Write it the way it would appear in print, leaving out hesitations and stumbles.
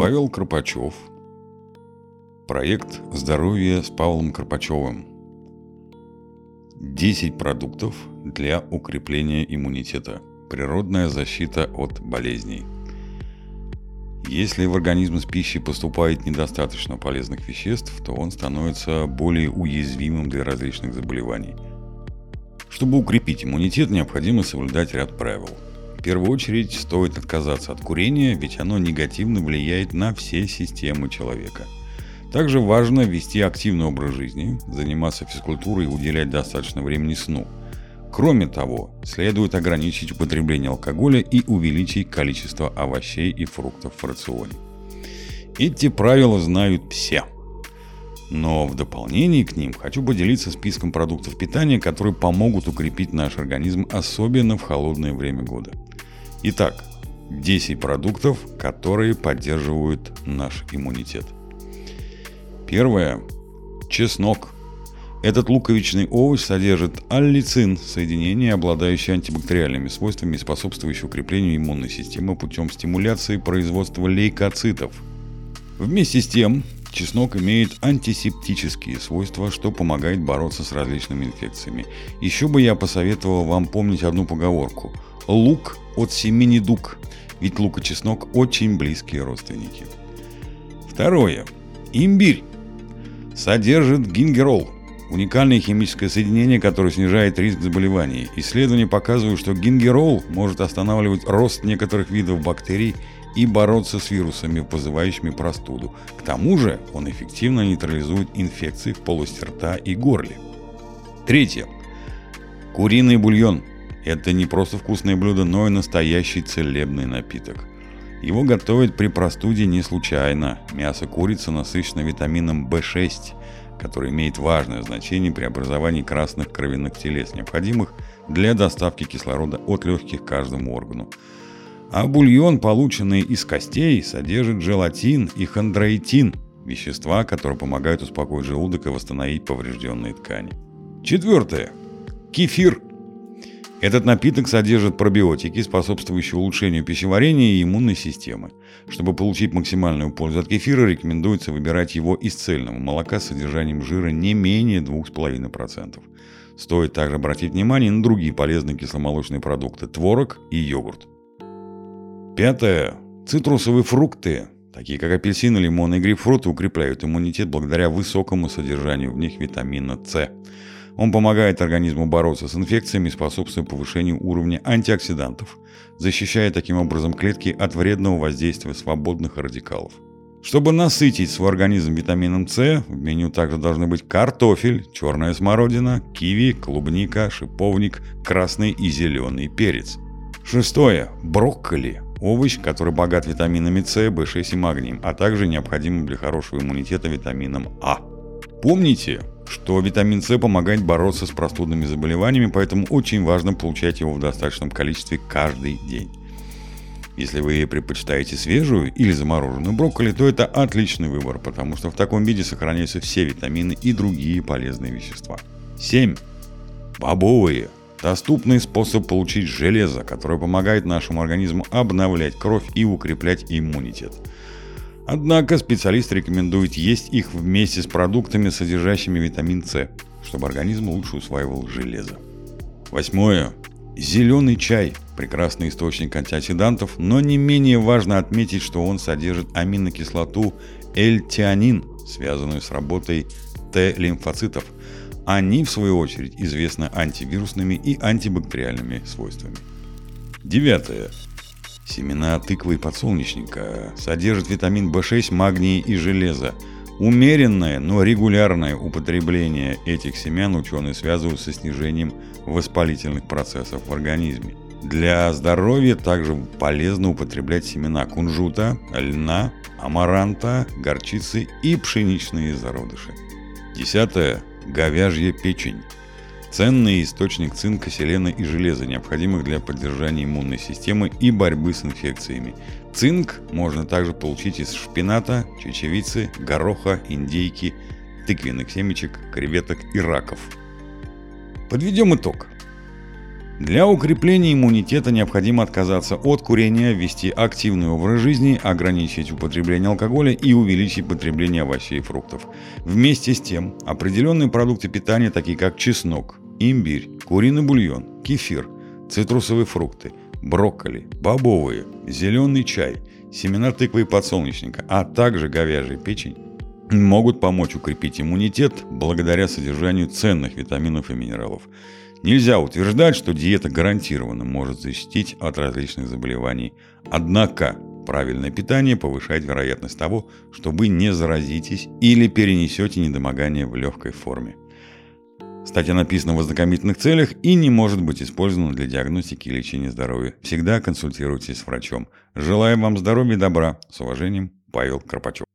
Павел Карпачев. Проект «Здоровье с Павлом Карпачевым». 10 продуктов для укрепления иммунитета. Природная защита от болезней. Если в организм с пищей поступает недостаточно полезных веществ, то он становится более уязвимым для различных заболеваний. Чтобы укрепить иммунитет, необходимо соблюдать ряд правил. В первую очередь стоит отказаться от курения, ведь оно негативно влияет на все системы человека. Также важно вести активный образ жизни, заниматься физкультурой и уделять достаточно времени сну. Кроме того, следует ограничить употребление алкоголя и увеличить количество овощей и фруктов в рационе. Эти правила знают все. Но в дополнение к ним хочу поделиться списком продуктов питания, которые помогут укрепить наш организм, особенно в холодное время года. Итак, 10 продуктов, которые поддерживают наш иммунитет. Первое. Чеснок. Этот луковичный овощ содержит аллицин, соединение, обладающее антибактериальными свойствами и способствующее укреплению иммунной системы путем стимуляции производства лейкоцитов. Вместе с тем, чеснок имеет антисептические свойства, что помогает бороться с различными инфекциями. Еще бы я посоветовал вам помнить одну поговорку: лук от семени дуг, ведь лук и чеснок очень близкие родственники. Второе. Имбирь. Содержит гингерол. Уникальное химическое соединение, которое снижает риск заболеваний. Исследования показывают, что гингерол может останавливать рост некоторых видов бактерий и бороться с вирусами, вызывающими простуду. К тому же он эффективно нейтрализует инфекции в полости рта и горле. Третье. Куриный бульон. Это не просто вкусное блюдо, но и настоящий целебный напиток. Его готовят при простуде не случайно. Мясо курицы насыщено витамином В6, который имеет важное значение при образовании красных кровяных телец, необходимых для доставки кислорода от легких к каждому органу. А бульон, полученный из костей, содержит желатин и хондроитин, вещества, которые помогают успокоить желудок и восстановить поврежденные ткани. Четвертое. Кефир. Этот напиток содержит пробиотики, способствующие улучшению пищеварения и иммунной системы. Чтобы получить максимальную пользу от кефира, рекомендуется выбирать его из цельного молока с содержанием жира не менее 2,5%. Стоит также обратить внимание на другие полезные кисломолочные продукты – творог и йогурт. Пятое. Цитрусовые фрукты, такие как апельсины, лимоны и грейпфруты, укрепляют иммунитет благодаря высокому содержанию в них витамина С. Он помогает организму бороться с инфекциями и способствует повышению уровня антиоксидантов, защищая таким образом клетки от вредного воздействия свободных радикалов. Чтобы насытить свой организм витамином С, в меню также должны быть картофель, черная смородина, киви, клубника, шиповник, красный и зеленый перец. Шестое. Брокколи. Овощ, который богат витаминами С, В6 и магнием, а также необходимым для хорошего иммунитета витамином А. Помните, что витамин С помогает бороться с простудными заболеваниями, поэтому очень важно получать его в достаточном количестве каждый день. Если вы предпочитаете свежую или замороженную брокколи, то это отличный выбор, потому что в таком виде сохраняются все витамины и другие полезные вещества. 7. Бобовые. Доступный способ получить железо, которое помогает нашему организму обновлять кровь и укреплять иммунитет. Однако специалисты рекомендуют есть их вместе с продуктами, содержащими витамин С, чтобы организм лучше усваивал железо. 8. Зеленый чай – прекрасный источник антиоксидантов, но не менее важно отметить, что он содержит аминокислоту L-тианин, связанную с работой Т-лимфоцитов. Они, в свою очередь, известны антивирусными и антибактериальными свойствами. 9. Семена тыквы и подсолнечника содержат витамин В6, магний и железо. Умеренное, но регулярное употребление этих семян ученые связывают со снижением воспалительных процессов в организме. Для здоровья также полезно употреблять семена кунжута, льна, амаранта, горчицы и пшеничные зародыши. 10. Говяжья печень. Ценный источник цинка, селена и железа, необходимых для поддержания иммунной системы и борьбы с инфекциями. Цинк можно также получить из шпината, чечевицы, гороха, индейки, тыквенных семечек, креветок и раков. Подведем итог. Для укрепления иммунитета необходимо отказаться от курения, вести активный образ жизни, ограничить употребление алкоголя и увеличить потребление овощей и фруктов. Вместе с тем, определенные продукты питания, такие как чеснок, имбирь, куриный бульон, кефир, цитрусовые фрукты, брокколи, бобовые, зеленый чай, семена тыквы и подсолнечника, а также говяжья печень, могут помочь укрепить иммунитет благодаря содержанию ценных витаминов и минералов. Нельзя утверждать, что диета гарантированно может защитить от различных заболеваний. Однако правильное питание повышает вероятность того, что вы не заразитесь или перенесете недомогание в легкой форме. Статья написана в ознакомительных целях и не может быть использована для диагностики и лечения здоровья. Всегда консультируйтесь с врачом. Желаем вам здоровья и добра. С уважением, Павел Карпачев.